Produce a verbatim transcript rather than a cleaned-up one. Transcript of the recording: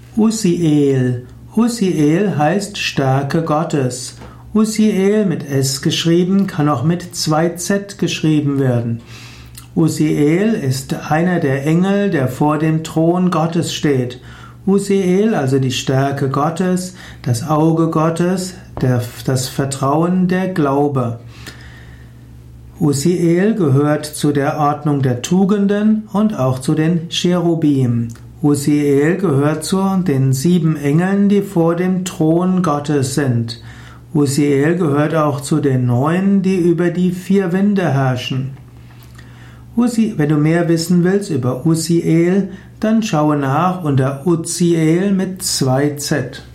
Uziel. Uziel heißt Stärke Gottes. Uziel mit S geschrieben, kann auch mit zwei Z geschrieben werden. Uziel ist einer der Engel, der vor dem Thron Gottes steht. Uziel, also die Stärke Gottes, das Auge Gottes, der, das Vertrauen, der Glaube. Uziel gehört zu der Ordnung der Tugenden und auch zu den Cherubim. Uziel gehört zu den sieben Engeln, die vor dem Thron Gottes sind. Uziel gehört auch zu den neun, die über die vier Winde herrschen. Uzi, wenn du mehr wissen willst über Uziel, dann schaue nach unter Uziel mit zwei Z.